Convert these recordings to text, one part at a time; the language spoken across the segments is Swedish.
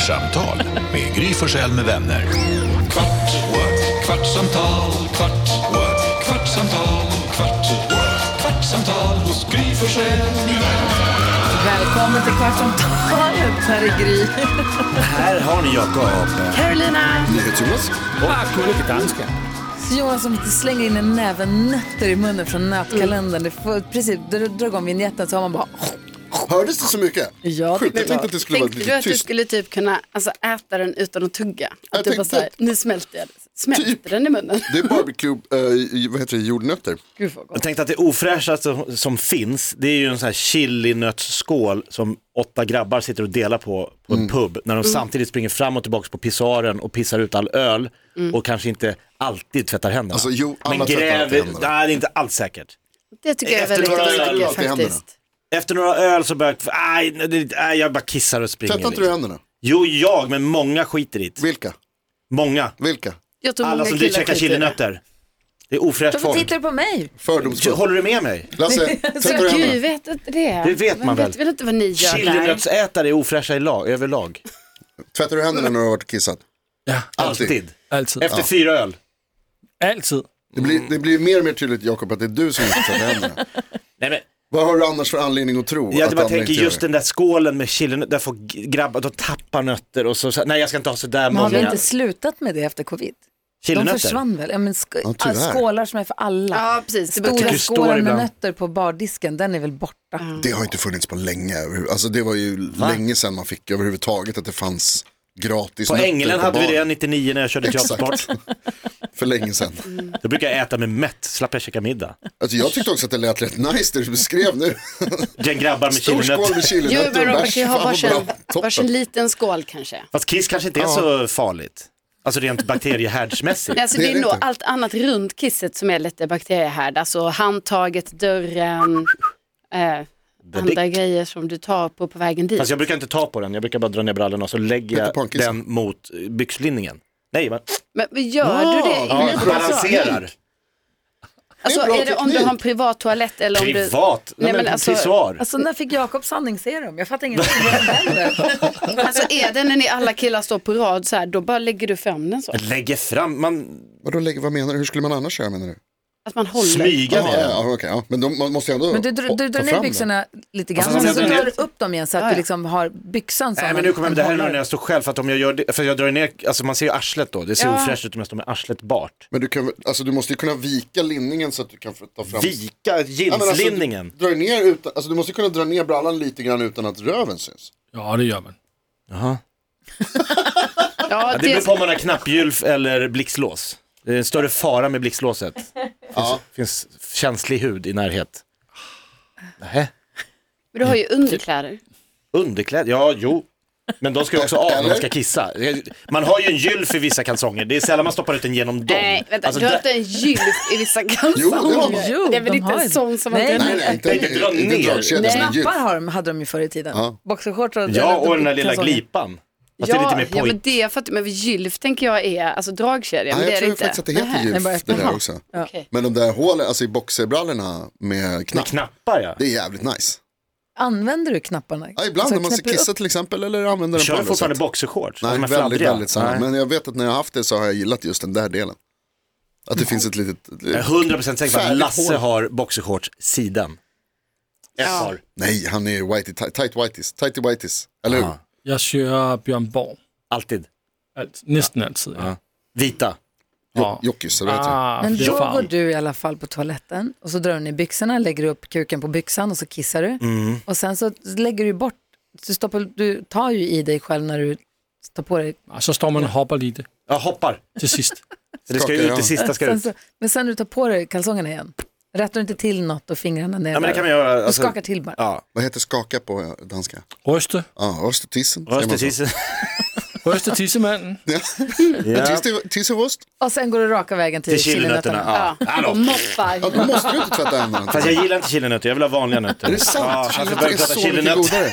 Kvartsamtal med Gry Forssell med vänner. Kvart, what? Kvartsamtal, kvart, what? Kvartsamtal, kvart, what? Kvartsamtal hos Gry Forssell med vänner. Välkommen till Kvartsamtalet, här är Gry. Här har ni Jakob. Carolina. Jonas. Och Gullige Danska. Jonas som inte slänger in en näve nötter i munnen från nötkalendern. Det får, precis, drar igång vignetten så har man bara... Hördes det så mycket? Ja, Sjukt, jag tänkte att det skulle vara Tänkte lite du att du tyst. skulle typ kunna äta den utan att tugga? Jag Att du bara tänkte såhär, att- nu smälter jag det. Smälter Typ. den i munnen? Det är barbecue, vad heter det, jordnötter. Gud vad gott. Jag tänkte att det ofräschaste som finns, det är ju en sån här chilinötsskål som 8 grabbar sitter och delar på en pub. När de samtidigt springer fram och tillbaka på pissoaren och pissar ut all öl och kanske inte alltid tvättar händerna. Alltså, jo, alla men tvättar alltid händerna. nej, det är inte alls säkert. Det tycker jag är Efter väldigt några öl mycket alltid händerna. faktiskt. Efter några öl så börjar jag bara kissar och springer. Tvättar inte du händerna? Jo, men många skiter i det. Vilka? Många. Jag tror Alla många som killar käkar skiter i det. chilinötter. Det är ofräscht Varför folk. tittar du på mig? Fördomsfull. Håller du med mig? Lasse, tvättar du Gud, händerna? vet inte det. Det vet man väl. vet väl inte vad ni gör där. Chilinötsätare är ofräscha överlag. Tvättar du händerna när du har varit och kissat? Ja, Alltid. alltid. Efter 4 öl. Altid. Det blir mer och mer tydligt, Jakob, att det är du som inte tvättar händerna. Nej, men Vad har du annars för anledning att tro? jag att bara andra tänker inte gör just det? den där skålen med chilinötter, där får grabbar, de tappar nötter och så nej jag ska inte ha så där Men har vi många inte slutat med det efter covid? De chilinötter. försvann väl? Ja, men Ja, tyvärr. skålar som är för alla. Ja, precis. Det Stora det står skålar med ibland. nötter på bardisken, den är väl borta. Det har inte funnits på länge. Alltså det var ju länge sedan man fick överhuvudtaget att det fanns gratis På nötter Ängelen hade vi bar. det 99 när jag körde Exakt. Jobbsport. För länge sedan. Då brukar jag äta med mätt, slapp jag käka middag. Alltså jag tyckte också att det lät rätt nice det du beskrev nu. Den grabbar med Stor skål chilinötter. med Jo, chilinötter men och Robert, bärs. jag har Fan, vad bra. varsin Toppen. liten skål kanske. Fast kiss kanske inte är så farligt. Alltså rent bakteriehärdsmässigt. Alltså, Det det är är det nog inte. allt annat runt kisset som är lite bakteriehärd. Alltså handtaget, dörren, andra grejer som du tar på vägen dit. Fast jag brukar inte ta på den, jag brukar bara dra ner brallorna och så lägger Sätter på en jag kiss. den mot byxlinningen. Nej, men Men gör du det? ja, Lite balanserar. Alltså, Det är bra är det om du teknik. har en privat toalett eller om du... Privat? Nej, men alltså, pissoar. Alltså när fick Jakob sanningsserum? Jag fattar ingenting vad som händer. Alltså är det när ni alla killar står på rad så här, då bara lägger du fram den så. Lägger fram, Vad menar du? Hur skulle man annars göra, menar du? Att man håller. smyga med den. Okej, ja. Men man måste ju ändå Men du drar ta ner fram byxorna lite grann Alltså, och så jag drar vet. du upp dem igen så att du liksom har byxan som Nej, men nu kommer det här nu när jag står själv, för att om jag gör det, för jag drar ner, alltså man ser ju arslet då, det ser ofräscht ut om jag står med arslet bart. Men du måste ju kunna vika linningen så att du kan ta fram... Vika Ja, men alltså, jeanslinningen. du måste kunna dra ner brallan lite grann utan att röven syns. Ja, det gör man. Jaha. Ja, Ja, det beror på om man har knappgylf eller blixtlås. Det är en större fara med blixtlåset. Finns känslig hud i närhet. Nähä. Men du har ju underkläder. Underkläder, ja, jo. Men de ska ju också av när man Eller? ska kissa. Man har ju en gylf i vissa kalsonger. Det är sällan man stoppar ut den genom dem. Nej, vänta, Alltså, du har där- inte en gylf i vissa Jo, det har kalsonger. man. Jo, Det är väl de inte har en ju- sån som man Nej, drar nej, ner. nej. inte dra ner. dragkedja som en gylf. Knappar hade de ju förr i tiden. Boxershorts och Ja, och den där lilla kalsonger. glipan. Fast det är lite mer Ja, men pojk. det är för att men gylf tänker jag är alltså dragkedja, men Ja, det jag är det tror inte. faktiskt att det heter Nähä. gylf, Nej, bara- det där Jaha. också. Okej. Men de där hålen, alltså i boxerbrallorna med Med knapp, knappar, ja. det är jävligt nice. Använder du knapparna? Ja, ibland Så när man ska knäpper du kissa upp? till exempel eller använder den på Kör andra fortfarande sätt. boxershorts? Nej, De här väldigt, fladdriga. väldigt sällan. Nej. Men jag vet att när jag har haft det så har jag gillat just den där delen. Att det finns ett litet... Jag är 100% säker på att Färdigt Lasse hål. har boxershorts siden. Ett par. Nej, han är whitey, tighty whiteys. Eller hur? Ja. Jag kör Björn Borg. Alltid. Nästan alltid. Ja. Vita. Ja. Jockis, eller vad heter det? Men fler då fan. går du i alla fall på toaletten och så drar du ner byxorna, lägger upp kuken på byxan och så kissar du. Och sen så lägger du bort, du tar ju i dig själv när du tar på dig. Ja, så står man och hoppar lite Ja, hoppar. till sist. Så det ska Skakar, ut, ja. det sista ska Sen ut. så, men sen när du tar på dig kalsongerna igen, rättar du inte till något och fingrarna ner? Ja, men det kan man göra. Du Alltså, skakar till bara. ja. Vad heter skaka på danska? Röste. Ja, röstetissen. Röstetisen. Röste tissemannen. Ja. Tisserost? Och sen går du raka vägen till Till chilinötterna. chilinötterna. Ja. Ja, Hallå. och moppar. Ja, då måste du inte tvätta händerna. Fast jag gillar inte chilinötter, jag vill ha vanliga nötter. Är det sant? Ja, Chilinötter är prata så mycket chilinötter. godare.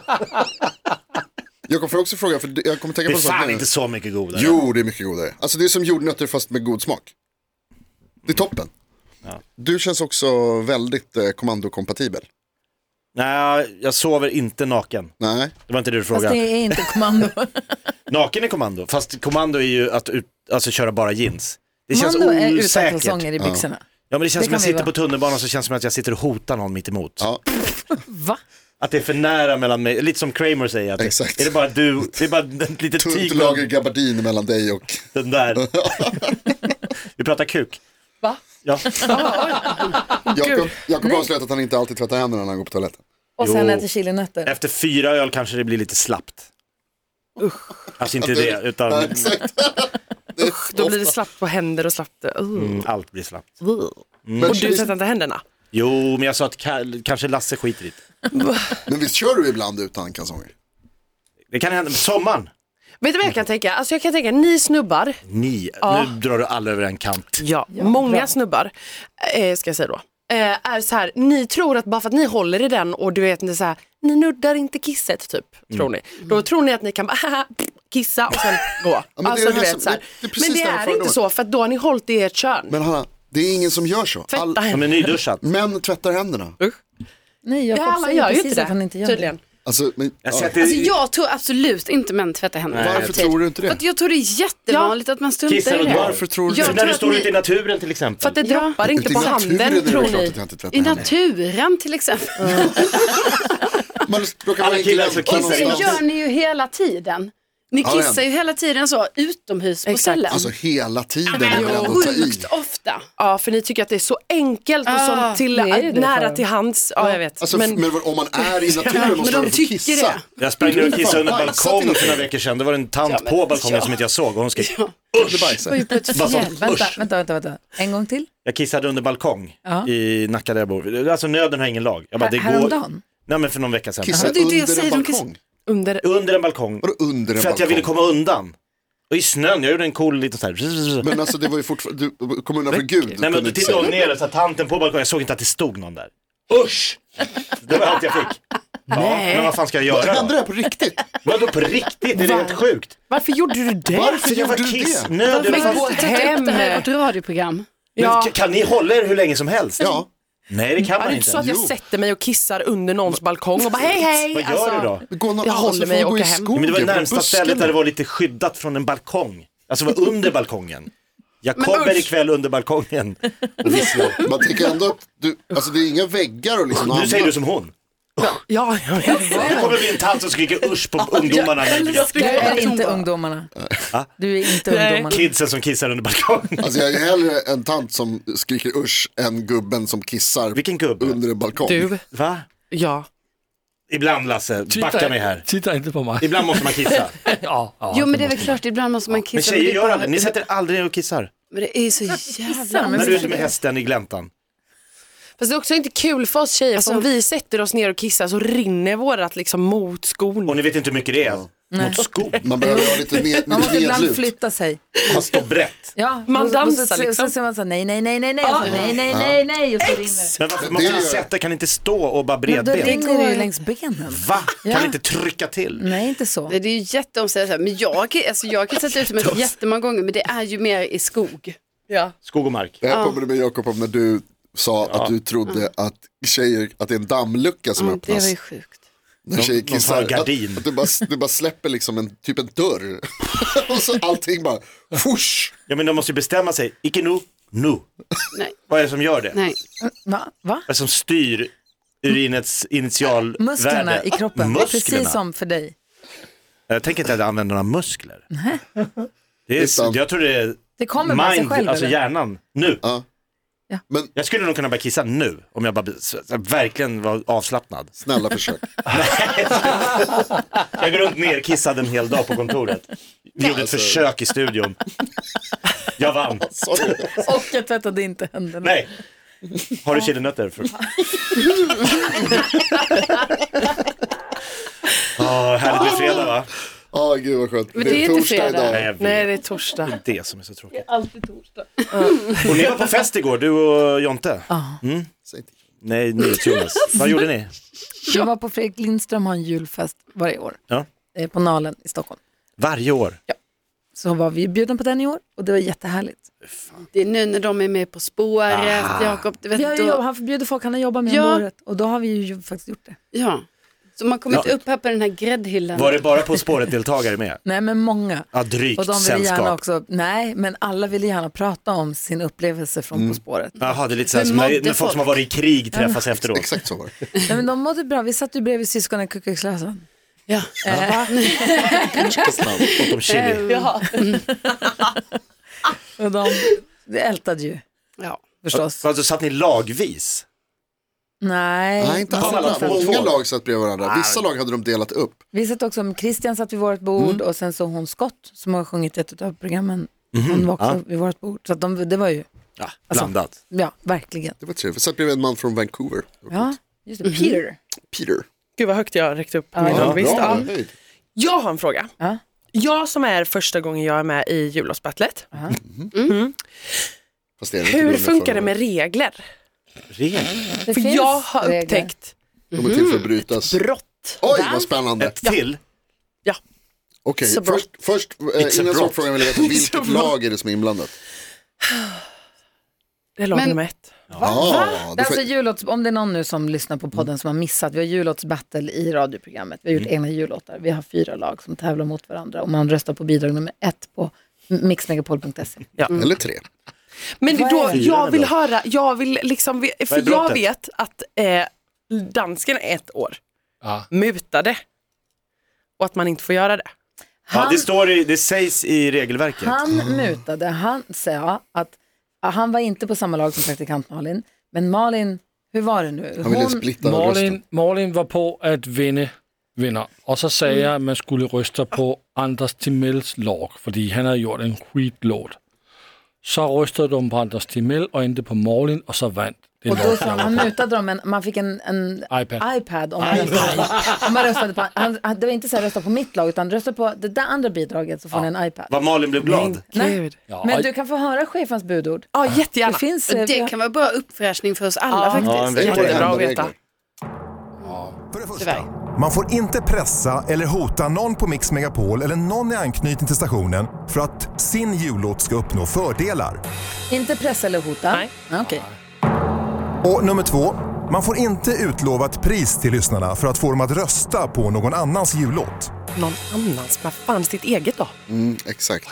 Jag kommer också fråga, för jag kommer tänka Det på är en sak fan nu. inte så mycket godare. Jo, det är mycket godare. Alltså det är som jordnötter fast med god smak. Det är toppen. Ja. Du känns också väldigt kommandokompatibel. Nej, jag sover inte naken. Nej. Det var inte det du Fast frågade. det är inte kommando. Naken är kommando, fast kommando är ju att alltså köra bara jeans. Det känns Kommando är utan osäkert. kalsonger i byxorna. Ja, men det känns Det som jag kan vi sitter vara. på tunnelbanan så känns det som att jag sitter och hotar någon mitt emot. Ja, Va? Att det är för nära mellan mig, lite som Kramer säger. Att Exakt. Är det bara du, det är bara ett litet tunt tyg lager gabardin mellan dig och... den där. Vi pratar kuk. Va? Ja. Jakob avslöjat att han inte alltid tvättar händerna när han går på toaletten. Och sen Jo. äter chilinötter. Efter 4 öl kanske det blir lite slappt. Alltså inte det, utan Då blir det slappt på händer och slappt. allt blir slappt. Men, Och du tvättar inte händerna? Jo, men jag sa att kanske Lasse skiter i det. men visst kör du ibland utan kalsonger? Det kan hända, sommaren. Vet du vad jag kan tänka? Alltså jag kan tänka, ni snubbar, Nu drar du alla över en kant. många bra. snubbar, ska jag säga då, är så här, ni tror att bara för att ni håller i den och du vet inte så här, ni nuddar inte kisset typ, tror ni. Då tror ni att ni kan bara kissa och sen gå. men det alltså är du det vet som- så här. det är precis Men det det jag är frågade inte om. så, för att då har ni hållit i ert kön. Men Hanna, det är ingen som gör så. Tvätta De är händerna. nyduschat. Män tvättar händerna. Nej, jag Ja, alla gör ju precis inte att han det, inte gör tydligen. Alltså, men, Jag ja. ser att det Alltså jag tror absolut inte män tvättar händerna. Varför tror du inte För det? att jag tror det är jättevanligt att man struntar Kissar i och det. Varför tror du Jag För det? när tror du att står ni- ute i naturen till exempel. För att det droppar inte i på naturen är handen, det tror klart ni. att jag inte tvättar I händerna. naturen till exempel. Man råkar Alla vara killar glömma som kissar Det någonstans. gör ni ju hela tiden. Ni Ja, kissar ju hela tiden så utomhus på Exakt. ställen. Alltså hela tiden är väl ändå att ta i. Sjukt ofta. Ja, för ni tycker att det är så enkelt och så till, det är det nära för. till hands. Ja, jag vet. Alltså, men om man är i naturen måste men man de få tycker kissa. det. Jag sprang ner och kissade under Fan, balkongen bajsat i för några veckor sedan. Det var en tant på balkongen som inte jag såg och hon skrek Det bajsar. Var ju på ett Bara som, fjäll. Vänta. En gång till. Jag kissade under balkong Ja. i Nacka där jag bor. Alltså nöden har ingen lag. Jag bara, det går... Häromdagen. Nej, men för någon vecka sedan. Kissa det är det jag under säger, en de balkong. Under en balkong. Vadå under en För att jag ville balkong? komma undan. Och i snön, jag gjorde en cool liten så här. Men alltså det var ju fortfarande, du kom undan för Gud. Nej, men då tittade jag ner så här, tanten på balkongen, jag såg inte att det stod någon där. Usch! Det var allt jag fick. Ja, men vad fan ska jag göra Hände då? det här på riktigt? Vadå på riktigt? Det är helt sjukt. Varför gjorde du det? Varför För jag var gjorde du det? kissnödig. Men Men gå och sätta upp det här i vårt radioprogram. Ja. kan ni hålla er hur länge som helst? Ja, Nej, det kan Ja, man det är inte så inte. att jag Jo. sätter mig och kissar under någons balkong och bara hej. Vad gör du då? gå någon, Jag håller mig får och gå i åker hem. skogen, Men det var på närmsta busken. stället där det var lite skyddat från en balkong. Alltså det var under balkongen. Jag kommer ikväll under balkongen och visslar. Man tänker ändå att alltså det är inga väggar och liksom Nu säger du som hon. Ja. Det kommer bli en tant som skriker usch på ungdomarna. Du är inte ungdomarna. Du är inte Nej. ungdomarna. Kidsen som kissar under balkongen. Alltså jag är hellre en tant som skriker usch än gubben som kissar Vilken gubbe? under en balkong. Du, Va? ja. Ibland Lasse, backa mig här. Titta inte på mig. Ibland måste man kissa. Ja, Jo men det är väl klart, ibland måste man kissa. Men tjejer det är gör bara- aldrig, ni sätter aldrig ner och kissar. Men det är så jävla... När du är ute med hästen i gläntan. Fast det är också inte kul för oss tjejer, Alltså- för om vi sätter oss ner och kissar så rinner vårat liksom mot skon. Och ni vet inte hur mycket det är. Mot skon. Man behöver ha lite Man måste ibland nedlut. flytta sig. Man står brett. Ja, Man och dansar så, liksom. Så ser man så här, nej, och så, nej, och så rinner det. Men varför Det måste gör ni jag. sätta, kan ni inte stå och bara Men då bredben? rinner det ju längs benen. Va? Kan Ja. ni inte trycka till? Nej, inte så. Det är ju jätteomständigt, men jag kan sätta ut mig jättemånga gånger, men det är ju mer i skog. Ja. Skog och mark. Det här kommer det med Jakob om när du sa att du trodde att tjejer, att det är en dammlucka som Det öppnas. var ju sjukt. När tjejer de tar kissar, en gardin. att du bara släpper liksom typ en dörr. Och så allting bara, fush. Ja, men de måste ju bestämma sig. Icke nu. Nej, Vad är det som gör det? nej. Va? Vad är det som styr urinets initialvärde? Musklerna i kroppen, Musklerna? precis som för dig. Jag tänker inte att jag använder några muskler. Det är, Utan- jag tror det är Det kommer bara sig mind, själv, alltså eller? hjärnan. Nu. Ja. Ja. Men Jag skulle nog kunna börja kissa nu. Om jag bara verkligen var avslappnad. snälla försök. Jag går runt nerkissad en hel dag på kontoret. Vi gjorde ett försök i studion. Jag vann. Sorry. Och jag tvättade inte händerna. Nej. Har du chilinötter? Härligt med fredag va? Ja, gud vad skönt. Men det är inte torsdag fredag. idag. Nej, jag vet. Nej, det är torsdag. Det är det som är så tråkigt. Alltid torsdag. Och ni var på fest igår, du och Jonte. Säg till. Nej, Jonas. Vad gjorde ni? Jag var på Fredrik Lindström har en julfest varje år. Ja. På Nalen i Stockholm. Varje år. så var vi bjudna på den i år och det var jättehärligt. Det är nu när de är med På spåret, Jakob. Du vet, Han förbjuder folk han har jobbat med under året och då har vi ju faktiskt gjort det. Ja, så man kommer inte upp här på den här gräddhyllan. Var det bara På spåret-deltagare med? Nej, men många. Ja, drygt och de vill gärna sällskap. också, nej, men alla vill gärna prata om sin upplevelse från På spåret. Jaha, det är lite så här som när folk som har varit i krig träffas efteråt. Exakt så var det. Nej, men de mådde bra, vi satt ju bredvid syskonen Kuckuckslösen. Ja. Och de chili. Och de ältade ju, förstås. Alltså satt ni lagvis? Nej, inte man alla. satt Många lag satt bredvid varandra. Vissa lag hade de delat upp. Vi satt också med Christian satt vid vårt bord och sen så hon Scott som har sjungit ett av programmen. Hon var också vid vårt bord. Så att det var ju Blandat. ja, verkligen. Det var trevligt. Vi satt bredvid en man från Vancouver. Ja, just det. Peter. Peter. Gud vad högt jag räckte upp på min långvist. Bra, höjd. Jag har en fråga. Ja. Jag som är första gången jag är med i jullåtsbattlet. Fast det är inte Hur grund funkar för- det med regler? Det För finns jag har regler. upptäckt De är till för att brytas. brott. Oj, vad spännande. Ett till? Ja. Okej, It's a brott. först innan sakfrågan vill jag veta vilket lag är det som är inblandat? Det är lag nummer 1. Ja, Det är alltså om det är någon nu som lyssnar på podden som har missat, vi har jullåtsbattle i radioprogrammet. Vi har gjort egna jullåtar. Vi har 4 lag som tävlar mot varandra och man röstar på bidrag nummer 1 på mixmegapol.se. Eller 3. Men Vad då, är det? jag vill höra, jag vill liksom, Vad är för jag brottet? vet att dansken 1 år Ja. mutade och att man inte får göra det. Ja, det sägs i regelverket. Han mutade, han sa att han var inte på samma lag som praktikant Malin, men Malin, hur var det nu? Han ville splitta rösten. Malin var på att vinna. Och så sa jag att man skulle rösta på Anders Timells lag, för han hade gjort en skitlåt. Så röstade de på Anders Timell och inte på Malin och så vann. Och då sa han mutade dem, men man fick en iPad om man röstade på, det var inte så här rösta på mitt lag utan rösta på det där andra bidraget så får ni en iPad. Vad Malin blev glad. Nej. Men du kan få höra chefens budord. Ja, jättegärna. Det finns, Det kan vara bra uppfräschning för oss alla faktiskt. Jättebra att veta. För det första, man får inte pressa eller hota någon på Mix Megapol eller någon i anknytning till stationen för att sin jullåt ska uppnå fördelar. Inte pressa eller hota? Nej. Okej. Och nummer 2, man får inte utlova ett pris till lyssnarna för att få dem att rösta på någon annans jullåt. Någon annans, men fan sitt eget då. Exakt.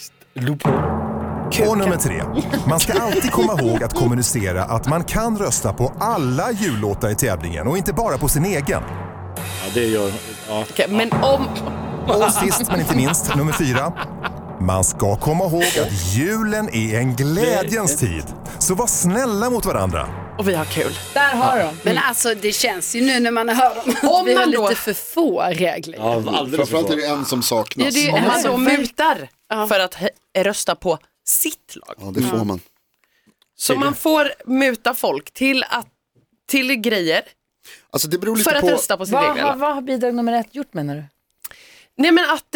Och nummer 3, man ska alltid komma ihåg att kommunicera att man kan rösta på alla jullåtar i tävlingen och inte bara på sin egen. Ja, det gör... Ja. Okej, men om... Och sist men inte minst, nummer 4. Man ska komma ihåg att julen är en glädjens tid. Så var snälla mot varandra. Och vi har kul. Där har de. Men alltså det känns ju nu när man hör dem att Om vi har man då- lite för få regler. Ja, alldeles för Framförallt är bra. det en som saknas. Ja, det är- Om man Alltså, då mutar för att rösta på sitt lag. Ja, det får man. Så man får muta folk till grejer Alltså det beror lite för att på... rösta på sin egen lag. Vad har bidrag nummer 1 gjort, menar du? Nej, men att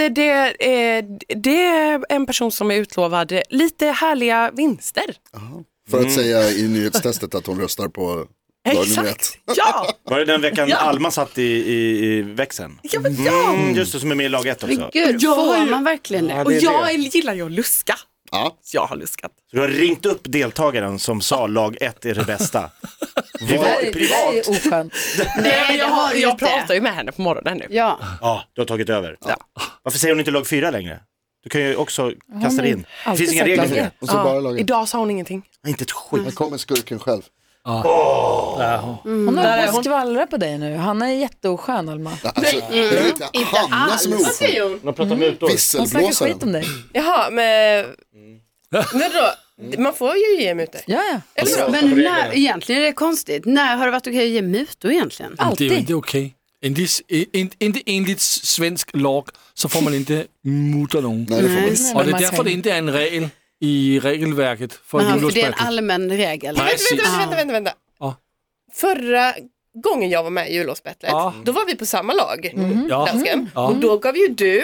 det är en person som är utlovad lite härliga vinster. För att säga i nyhetstestet att hon röstar på lag nummer 1. Exakt, ja! Var det den veckan Ja. Alma satt i växeln? Ja, men ja! Just det, som är med i lag 1 också. Men gud, Ja, får man verkligen det? Ja, Och det är jag det. gillar ju att luska. Ja. Jag har luskat. Så du har ringt upp deltagaren som sa lag 1 är det bästa. Det är oskönt. Nej, det har du jag inte. pratar ju med henne på morgonen nu. Ja, Ja, du har tagit över. Ja. Varför säger hon inte lag 4 längre? Du kan ju också kasta det in. Det alltid finns inga sagt regler lag för det. ett. Och så bara lag 1. Idag sa hon ingenting. Inte ett skit. Här kommer skurken själv. Hon Där har är på hon. att skvallra på dig nu. Hanna är jätteoskön, Alma. Alltså, jag vet inte, Hanna som är oskön. De pratar mutor. Hon snackar skit om Visselblåsaren. dig. Jaha, men... Men då, man får ju ge mutor. Ja, ja. men när, egentligen är det konstigt. När har det varit okej att ge mutor egentligen? Det är Alltid. ju inte okej. Inte enligt svensk lag så får man inte muta någon. Nej, det får man inte. Nej, Och det man är därför ska- det inte är en regel i regelverket för För det är en jullåtsbattlet. allmän regel. Precis. Vänta. Ja. Förra gången jag var med i jullåtsbattlet, Ja. då var vi på samma lag, Ja. dansken. Ja. Och då gav ju du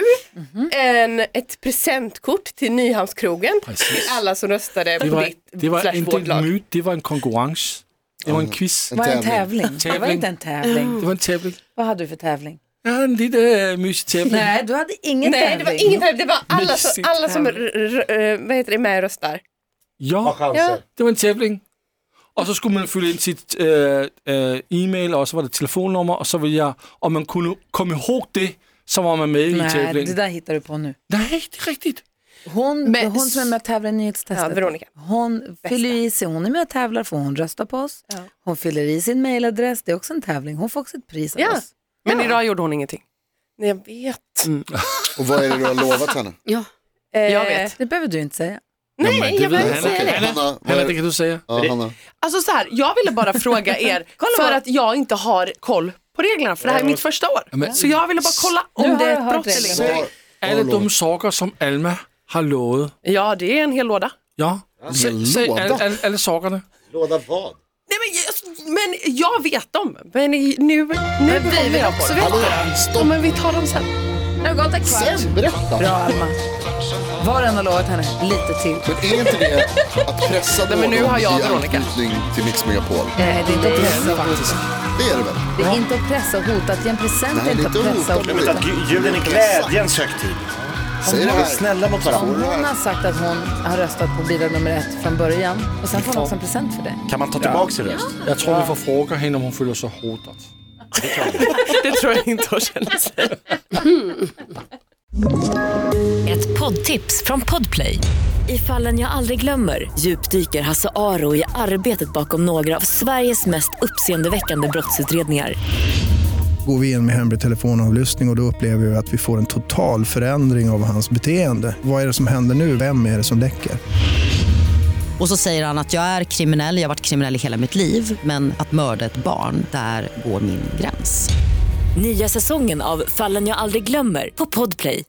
ett presentkort till Nyhamnskrogen Precis. till alla som röstade Det på var, ditt det var slash inte vårt en lag. myt, det var en konkurrens. Det var en quiz. Det var en tävling. Det var Tävling. inte en tävling. Det var en tävling. Vad hade du för tävling? Ja, en liten mysig tävling. Nej, du hade ingen Nej, tävling. det var ingen tävling. Det var Mysigt. alla som vad heter det, med och röstar. Ja, det var en tävling. Och så skulle man fylla in sitt e-mail och så var det telefonnummer och så vill jag, om man kunde komma ihåg det så var man med i tävlingen. Nej, det där hittar du på nu. Nej, det är riktigt. Hon som är med och tävlar i nyhetstestet. Ja, Veronica. Hon fyller i sig, hon är med och tävlar för hon röstar på oss. Ja. Hon fyller i sin mailadress, det är också en tävling. Hon får också ett pris av oss. Men idag gjorde hon ingenting. Nej, jag vet. Och vad är det du har lovat henne? Ja. Jag vet. Det behöver du inte säga. Nej, jag vill inte säga det. Hanna, det kan du säga. Ja, Hanna. Alltså så här, jag ville bara fråga er för att jag inte har koll på reglerna för det här är mitt första år. Så jag ville bara kolla om det är ett brott eller inte. Alla de saker som Alma har lovat. Ja, det är en hel låda. Ja, säg alla sakerna. Låda vad? Nej, men jag vet dem. Men nu vill vi också veta. Men vi tar dem sen. Nu har gått en kvart. Sen, berätta. Bra, Alma. Var den har lovat henne lite till. Men är inte det att pressa Nej, men nu har jag i Veronica. anknytning till Mix Megapol? Nej, det är inte att pressa faktiskt. Det är det väl? Det är inte att pressa och hota. Att ge en present är inte att pressa och hota. Julen är glädjens högtid. Säg det här. Snälla mot Om varandra. hon har sagt att hon har röstat på bidrag nummer 1 från början och sen får hon också en present för det. Kan man ta tillbaka sin röst? Jag tror vi får fråga henne om hon fyller så hotat. Det tror jag inte hon känner sig. Ett poddtips från Podplay. I Fallen jag aldrig glömmer djupdyker Hasse Aro i arbetet bakom några av Sveriges mest uppseendeväckande brottsutredningar. Går vi in med hemlig telefonavlyssning och då upplever vi att vi får en total förändring av hans beteende. Vad är det som händer nu? Vem är det som läcker? Och så säger han att jag är kriminell, jag har varit kriminell i hela mitt liv. Men att mörda ett barn, där går min gräns. Nya säsongen av Fallen jag aldrig glömmer på Podplay.